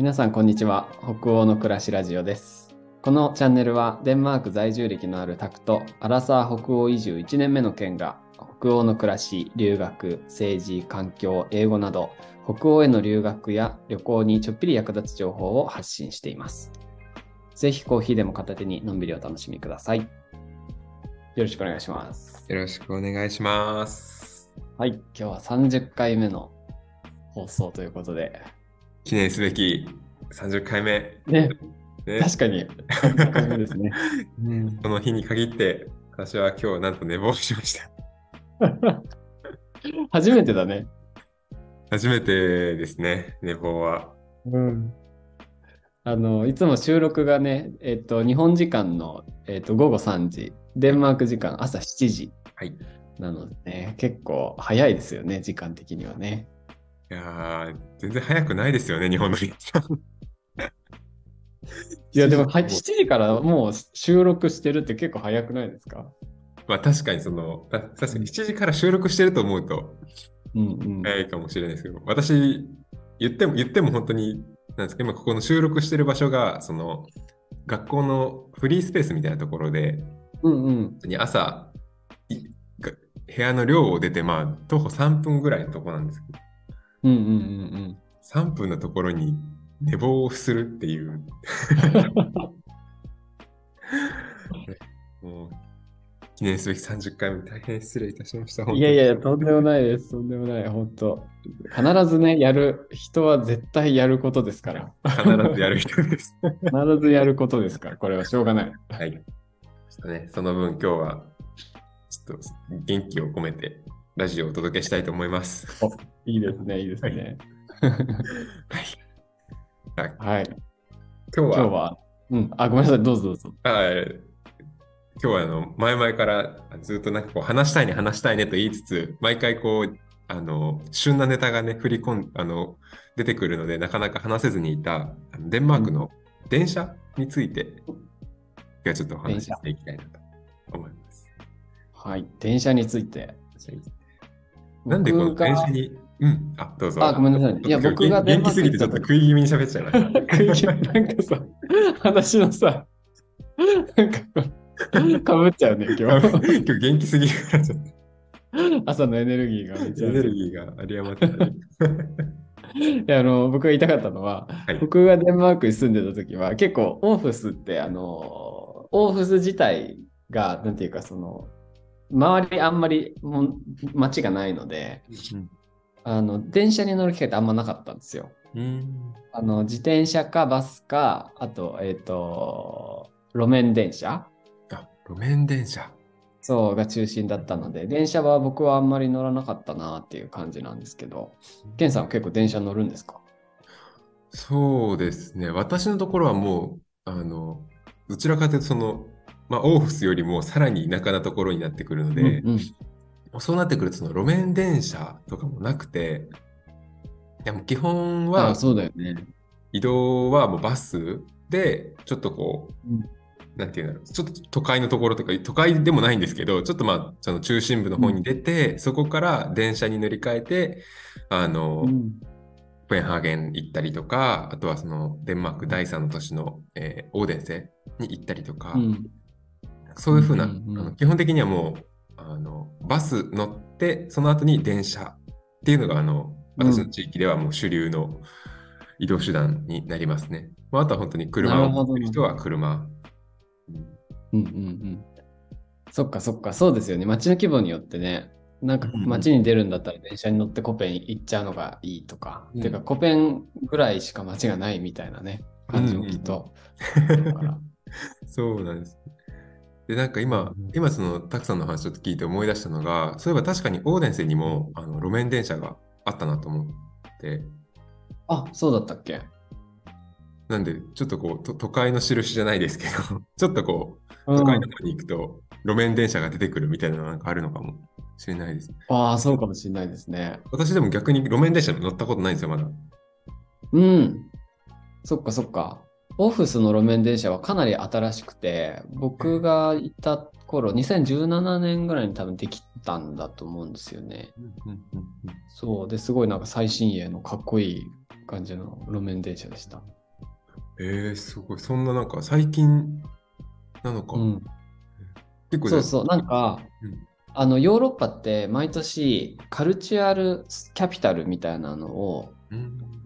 皆さんこんにちは。北欧の暮らしラジオです。このチャンネルはデンマーク在住歴のあるタクとアラサー北欧移住1年目のケンが北欧の暮らし、留学、政治、環境、英語など北欧への留学や旅行にちょっぴり役立つ情報を発信しています。ぜひコーヒーでも片手にのんびりお楽しみください。よろしくお願いします。 よろしくお願いします。 はい、今日は30回目の放送ということで。 記念すべき30回目。 ね、 ね、 確かに30回目ですね。 この日に限って私は今日なんと寝坊しました。 初めてだね。 初めてですね、寝坊は。 いつも収録がね、日本時間の、午後3時、デンマーク時間朝7時はい。 なのでね、結構早いですよね、時間的にはね。 いやー、全然早くないですよね、日本の皆さん。 いや、でも 7 7時からもう収録してるって結構早くないですか？ まあ確かに確かに7時から収録してると思うとうんうん。 早いかもしれないですけど、私、言っても本当に、なんですか、今ここの収録してる場所が、学校のフリースペースみたいなところで、 うんうん。 本当に朝、いが部屋の寮を出て、まあ、徒歩3分ぐらいのところなんですけど、 うんうんうん 3分のところに寝坊をするっていう、もう記念すべき30回目、大変失礼いたしました、 うん。 本当に。 いやいや、とんでもないです。とんでもない。本当。必ずね、人は絶対やることですから。 必ずやる人です。 必ずやることですから、これはしょうがない。 はい。ちょっとね、その分今日は、ちょっと元気を込めて、ラジオをお届けしたいと思います。 お、いいですね、いいですはい。 ね。 はい。あはい。 今日は、 今日は、ごめんなさい、どうぞどうぞ。 今日は前々からずっとなんかこう話したいねと言いつつ、毎回こう、旬なネタがね、振り込ん、出てくるので、なかなか話せずにいた、デンマークの電車について、今日はちょっとお電車。 話ししていきたいなと思います。 はい。電車について。 なんでこの僕が、 電車に、どうごぞ。 めんなさいね。いや、 ちょっと今日僕がデンマー元気すぎてちょっとク行った時、 食い気味に喋っちゃいました。 なんかさ、話のさ、なんかかぶっちゃうね、今日。 今日元気すぎるからちょっと朝のエネルギーがめっちゃある。 エネルギーが有り余ってる。 いや、僕が言いたかったのは、 はい。 僕がデンマークに住んでた時は、結構オーフスって、オーフス自体が、なんていうか、周りあんまり街がないので、電車に乗る機会ってあんまなかったんですよ。 うん。 自転車かバスか、あと、路面電車路面電車。 そうが中心だったので、電車は僕はあんまり乗らなかったなっていう感じなんですけど、ケンさんは結構電車乗るんですか？ そうですね。私のところはもう、どちらかというと、まあ、オーフスよりもさらに田舎なところになってくるので、 うんうん。 そうなってくると、路面電車とかもなくて、でも基本ああ、 は、 そうだよね。 移動はもうバスで、ちょっとこうんう、なんていうんだろう、ちょっと都会のところとか、都会でもないんですけど、ちょっとまあ、その中心部の方に出て、そこから電車に乗り換えて、 うんコペンハーゲン行ったりとか、あとはそのデンマーク第3の都市の、オーデンセに行ったりとか、 うんうんうんそういうふうな、 うん基本的にはもう、バス乗って、その後に電車っていうのが、私のうん。 地域ではもう主流の移動手段になりますね。まあ、あとは本当になる車を持ってる人ほどな。 は車。 うんうんうん。そっかそっか、そうですよね。街の規模によってね、なんかうん街に出るんだったら電車に乗ってコペン行っちゃうのがいいとか、てかうんコペンぐらいしか街がないみたいなね、 うん感じもきっとあるから。 そうなんです。で、なんか今、 うん今そのたくさんの話ちょっと聞いて思い出したのが、そういえば確かにオーデンセにも路面電車があったなと思って、 あ、そうだったっけ？ なんでちょっとこう都会の印じゃないですけど、ちょっとこうう都会のん。 方に行くと路面電車が出てくるみたいなのなんかあるのかもしれないです。 ああ、そうかもしれないですね。 私でも逆に路面電車乗ったことないんですよ、まだ。 うん。そっかそっか。オフィスの路面電車はかなり新しくて、僕がいた頃、2017年ぐらいに多分できたんだと思うんですよね。 うんうんうんうんそう。で、すごいなんか最新鋭のかっこいい感じの路面電車でした。 すごい。そんななんか最近なのか。 うん。 結構じゃあ、 そうそう。なんか、 うん。 ヨーロッパって毎年カルチュアルキャピタルみたいなのをうん。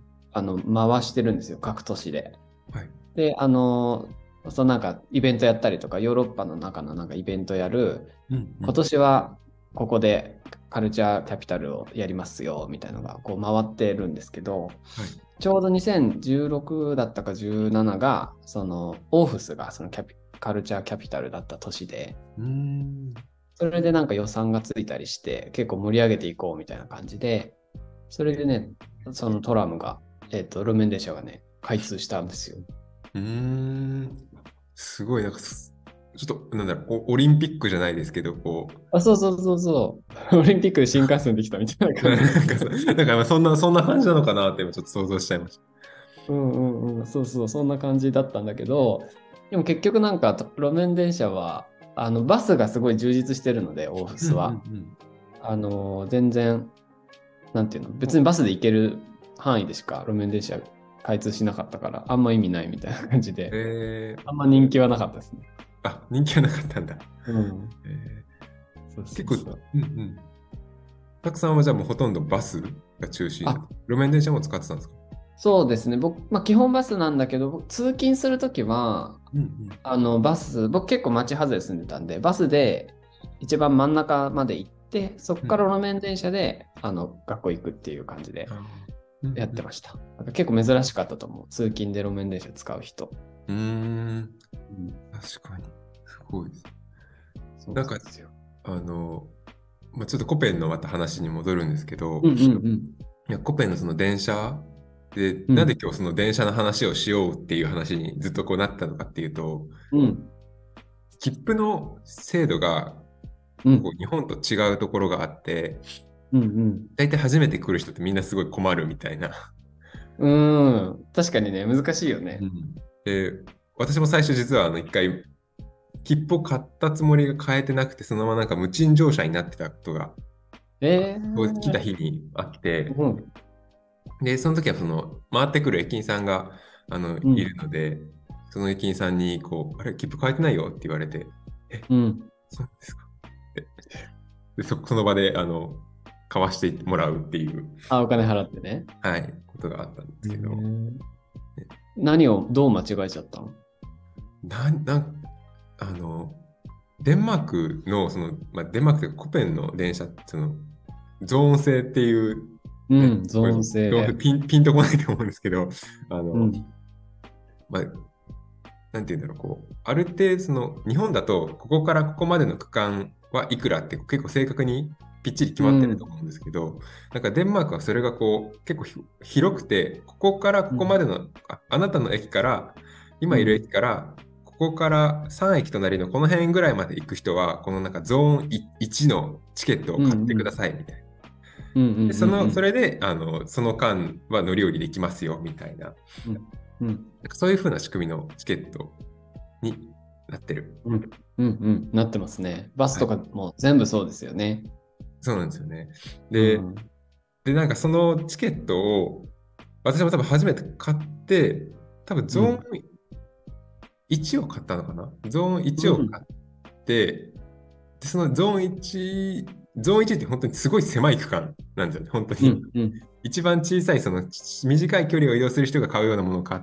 回してるんですよ、各都市で。 はい。 で、そのなんかイベントやったりとか、ヨーロッパの中のなんかイベントやる、今うんうん。 年はここでカルチャーキャピタルをやりますよみたいなのがこう回ってるんですけど、 はい。 ちょうど2016だったか17が、そのオーフスがそのカルチャーキャピタルだった年で、 うーん。 それでなんか予算がついたりして、結構盛り上げていこうみたいな感じで、それでね、そのトラムが、路面電車がね、開通したんですよ。 うーん。すごい、なんかちょっと、なんだろう、オリンピックじゃないですけど、こう、 あ、そうそうそうそう。オリンピックで新幹線できたみたいな感じですね。 なんかそんな感じなのかなって今ちょっと想像しちゃいましうんうんうん。そうそう、そんな感じだったんだけど、でも結局なんか路面電車は、バスがすごい充実してるので、オーフた。うんうんスは。 うん。 全然、なんていうの、別にバスで行ける範囲でしか路面電車開通しなかったから、あんま意味ないみたいな感じで、あんま人気はなかったですね。 人気はなかったんだ。 うん。 えそう結構、 そうそう。 うんうん。たくさんはじゃあもうほとんどバスが中心だ。 あ、 路面電車も使ってたんですか？ そうですね。僕、まあ、基本バスなんだけど、僕通勤するときは、 うんうん。 僕結構街外れ住んでたんで、バスで一番真ん中まで行って、そこうん。 から路面電車で、学校行くっていう感じであーうんやってました。なんか結構珍しかったと思う。通勤で路面電車使う人。 うん。 うん、 確かに。すごいです。 そうなんか、 なんですよ。 あの、ちょっとコペンのまた話に戻るんですけど、 うんうんいやコペンのその電車で、 うん。うんなんで今日その電車の話をしようっていう話にずっとこうなったのかっていうと、 うん切符の制度がこううん日本と違うところがあって、 うん大体初めて来る人ってみんなすごい困るみたいな。 うん。確かにね、難しいよね。 うん。で、私も最初実は一回切符を買ったつもりが買えてなくて、そのままなんか無賃乗車になってたことが来た日にあって、 うん、 で、その時はその回ってくる駅員さんがいるうん、 ので、その駅員さんにこう、あれ、切符買えてないよって言われて、え、 うん。 そうなんですかってで、その場で買わしてもらうっていう、 あ、お金払ってね。 はい、ことがあったんですけど、 何をどう間違えちゃったの？ なんなんあの、デンマークの、デンマークというかコペンの電車って、ゾーン制っていう、ね、 うん、ゾこれーン制。 ピンとこないと思うんですけど、あの、 うん、 まあ、なんていうんだろう、こう、ある程度、日本だと、ここからここまでの区間はいくらって結構正確にぴっちり決うまってるとん、 思うんですけど、なんかデンマークはそれがこう、結構広くて、ここからこうん、 こまでの、あなたの駅から、今いるうん、 駅から、ここから3駅隣のこの辺ぐらいまで行く人は、このなんかゾーン1のチケットをうん、 買ってくだうん、 さいみたいな。 うん、うで、 ん、 それで、その間は乗り降りできますよみたいな、 うん、うん、 なんかそういう風な仕組みのチケットになってる。 うん、うん、うん、なってますね。バスはい。 とかも全部そうですよね。 そうなんですよね。で、 うん、 なんかそのチケットを、私も多分初めて買って、多分ゾーンうん、 1を買ったのかな。ゾーン1 うん、 を買って、で、そのゾーン1って本当にすごい狭い区間なんですよね。本当に。 うん、うん。 一番小さい、短い距離を移動する人が買うようなものを買って、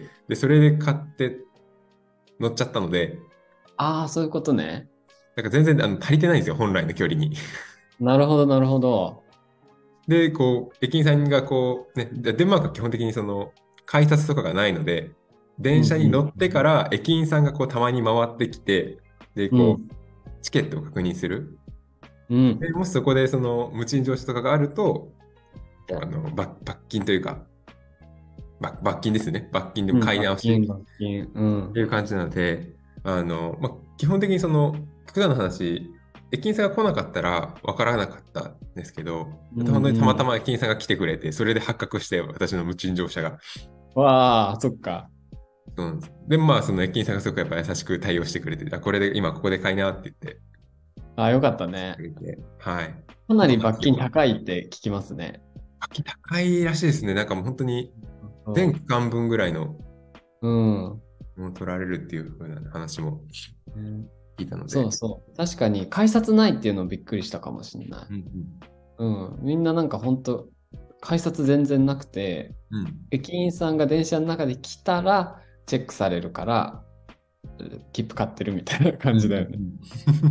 で、それで買って乗っちゃったので、 ああ、そういうことね。 なんか全然足りてないんですよ、本来の距離に。 なるほど、なるほど。 で、こう、駅員さんがこう、ね、デンマークは基本的に改札とかがないので、 うん、 電車に乗ってかうん、 ら駅員さんがこう、たまに回ってきて、で、こうん、 う、チケットを確認する。で、 うん。 もしそこで無賃乗車とかがあると、罰金というか、罰金ですね。罰金でもうん、 買い直し罰金、罰金。うっていうん。 感じなので、基本的に極端な話、駅員さんが来なかったら分からなかったんですけど、 うん、 本当にたまうん。 たま駅員さんが来てくれて、それで発覚して、私の無賃乗車が。 わあ、そっか。 うんで、その駅員さんがすごくやっぱ優しく対応してくれて、これで今ここで買いなって言ってああ、よかったね。 くれて、はい。 かなどり罰金んな結構、 高いって聞きますね。 高いらしいですね。なんかもう本当に全そ区間分ぐらいのうん。 もう取られるっていう風な話も聞いたので。 そうそう。確かに改札ないっていうのびっくりしたかもしれない。 うんうん。みんななんか本当改札全然なくて、 うんうん駅員さんが電車の中で来たらチェックされるから、切符買ってるみたいな感うんうじだよね。 ん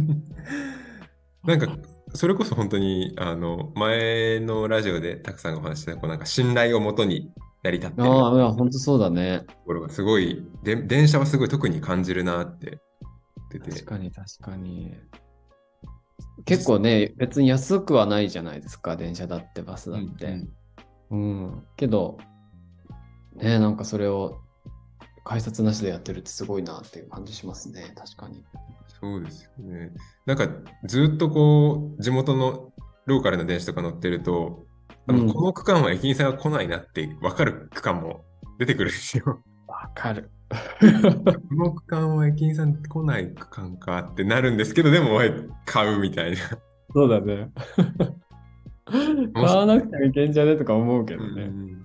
なんか、それこそ本当に、前のラジオでたくさんお話しした、こうなんか信頼をもとに成り立ってるああ、いや、本当そうだね。 ところがすごい、電車はすごい特に感じるなって言ってて、 確かに確かに。結構ね、別に安くはないじゃないですか、電車だってバスうんうだって。 んうん。けど、ね、なんかそれを改札なしでやってるってすごいなっていう感じしますね、確かに。 そうですよね。なんか、ずっとこう、地元のローカルな電車とか乗ってると、こうん。 の区間は駅員さんが来ないなって分かる区間も出てくるんですよ。 わかる。 この区間は駅員さん来ない区間かってなるんですけど、でも買うみたいな。 そうだね。 面白い。 買わなくてもいけんじゃねとか思うけうどね。 ん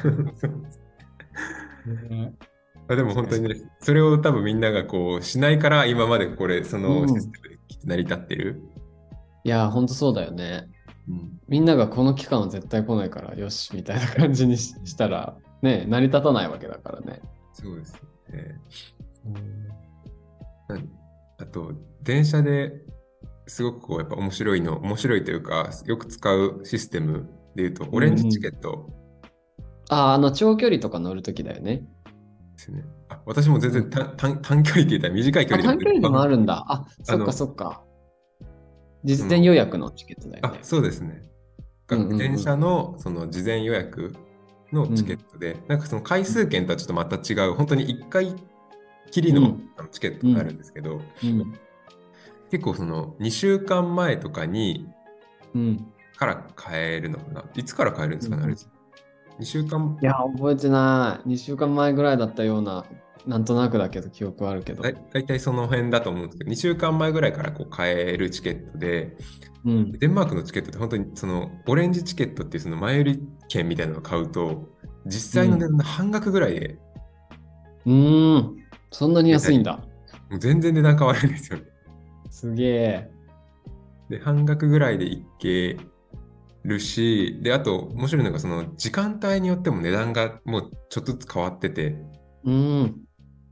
ね、 でも本当にね、それを多分みんながこうしないから今までこれ、そのシスうん。 テムできっと成り立ってる。 いや、ほんとそうだよね。 うんみんながこの期間は絶対来ないから、よし、みたいな感じにしたら、ね、成り立たないわけだからね。 そうですよね。 うんなあと、電車ですごくこうやっぱ面白いというか、よく使うシステムで言うと、オレンジチケうん。 ットあ、長距離とか乗るときだよね。 ですね。あ、私も全うん。 然短距離って言ったら短い距あ、 離でも短距離でもあ全然るんだ。あ、そっかあの、 そっか。事前その、 予約のチケットだよあ、 ね。 そうですね。 うんうん電うん。 車のその事前予約のチケッうん。 トで、なんかその回数券とはちょっとまた違う、本当に1回きりのうん。 チケットになるうん。 んですけど、 うん。 結構その2週間前とかにうん。 から買えるのかな。いつから買えるんですかね、あれ。 うんうん。 2週間、 いや、覚えてない。2週間前ぐらいだったような、なんとなくだけど、記憶はあるけど。 だいたいその辺だと思うんですけど、2週間前ぐらいからこう買えるチケットで、 うん。 デンマークのチケットって本当にそのオレンジチケットっていうその前売り券みたいなのを買うと、実際の値うん。 段の半額ぐらいでうーん。そんなに出たり、 安いんだ。 もう全然値段変わるんですよね。 すげえ。 で、半額ぐらいでいけるし、で、あと面白いのがその時間帯によっても値段がもうちょっとずつ変わってて、 うん。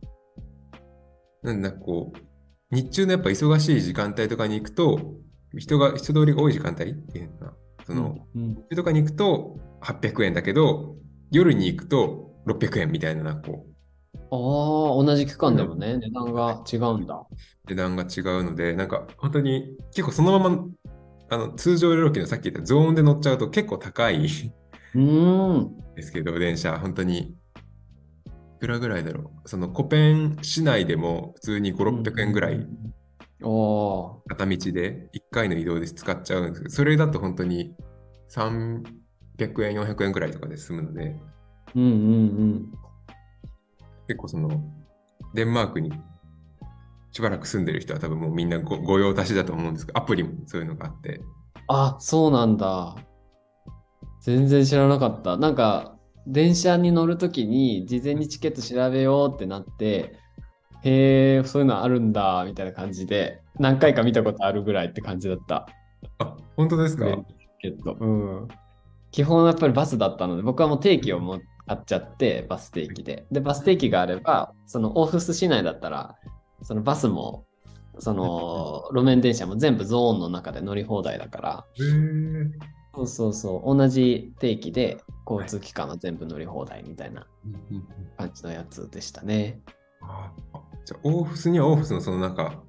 なんだこう、日中のやっぱ忙しい時間帯とかに行くと、人通りが多い時間帯っていうのかな。その、 うん。うん。 日中とかに行くと800円だけど、夜に行くと600円みたいな、こう、 ああ、同じ期そういうの間でもね、値段が違うんだ。 値段が違うので、なんか本当に結構そのまま、通常料金のさっき言ったゾーンで乗っちゃうと結構高いうーん。 ですけど、電車、本当にいくらぐらいだろう。そのコペン市内でも普通に5、 うんうん 600円ぐらいうんうん。おー。 片道で1回の移動で使っちゃうんですけど、それだと本当に300円、400円ぐらいとかで済むので、 うんうん結構そのデンマークにしばらく住んでる人は多分もうみんな御用達だと思うんですけど、アプリもそういうのがあって、 あ、そうなんだ。全然知らなかった。なんか、電車に乗るときに、事前にチケット調べようってなって、へえ、そういうのあるんだ、みたいな感じで、何回か見たことあるぐらいって感じだった。 本当ですか？ 便利チケット。うん。基本やっぱりバスだったので、僕はもう定期をもう買っちゃって、バス定期で。で、バス定期があれば、そのオーフス市内だったら、そのバスも、その路面電車も全部ゾーンの中で乗り放題だから、 へーそうそうそう、同じ定期ではい交通機関は全部乗り放題みたいなうんうんうん感じのやつでしたね。 じゃあ、オーフスにはオーフスのそのなんか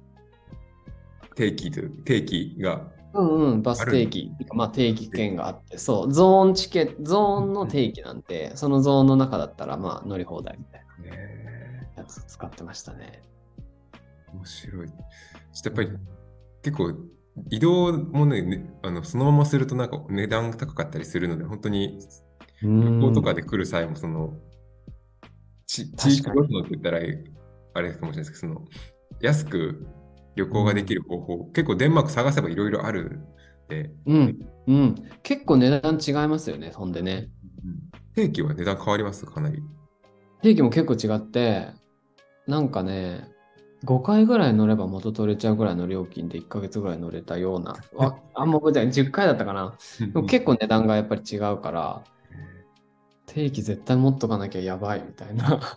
定期がうんうん、バスあるん定期、まあ定期券があって、そう、ゾーンチケット、ゾーンの定期なんて、そのゾーンの中だったらまあ乗り放題みたいねなやつ使ってましたね。 面白い。ちょっとやっぱり結構移動もそのままするとなんか値段高かったりするので、本当にう旅行とん、 かで来る際も、その地域確かに。 ごとのって言ったらあれかもしれないですけど、その安く旅行ができる方法、結構デンマーク探せばいろいろあるんで、 うん、うん。結構値段違いますよね、ほんでね。 定期は値段変わりますかなり。 定期も結構違って、なんかね、5回ぐらい乗れば元取れちゃうぐらいの料金で1ヶ月ぐらい乗れたような、あんま覚えてない、10回だったかな。でも結構値段がやっぱり違うから、定期絶対持っとかなきゃやばいみたいな。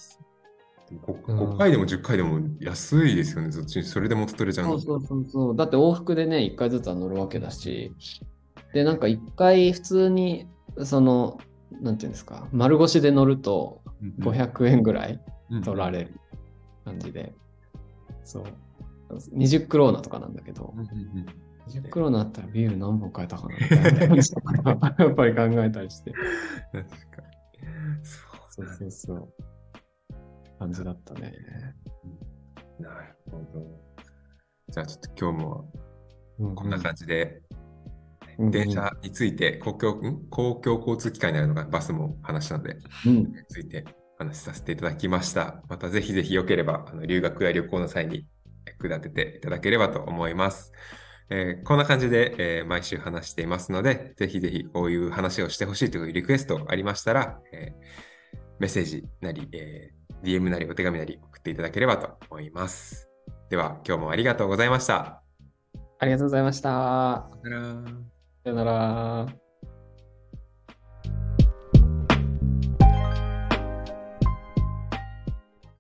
5回でも10回でも安いですよね。そっちにそれで元取れちゃうの。 そうそうそうそう。だって往復でね、1回ずつは乗るわけだし、で、なんか1回普通に、なんていうんですか、丸腰で乗ると500円ぐらい取られる感じで、そう。20クローナとかなんだけど、20クローナあったらビール何本買えたかなみたいな感じとか、やっぱり考えたりして。 確かに。 そうそうそう。感じだったね。 なるほど。じゃあちょっと今日もこんな感じで、電車について公共交通機関になるのがバスも話したので、ついて話させていただきました。またぜひぜひよければ留学や旅行の際に役立てていただければと思います。こんな感じで、毎週話していますので、ぜひぜひこういう話をしてほしいというリクエストありましたら、メッセージなり、DM なりお手紙なり送っていただければと思います。では今日もありがとうございました。 ありがとうございました。 さよなら。 さよなら。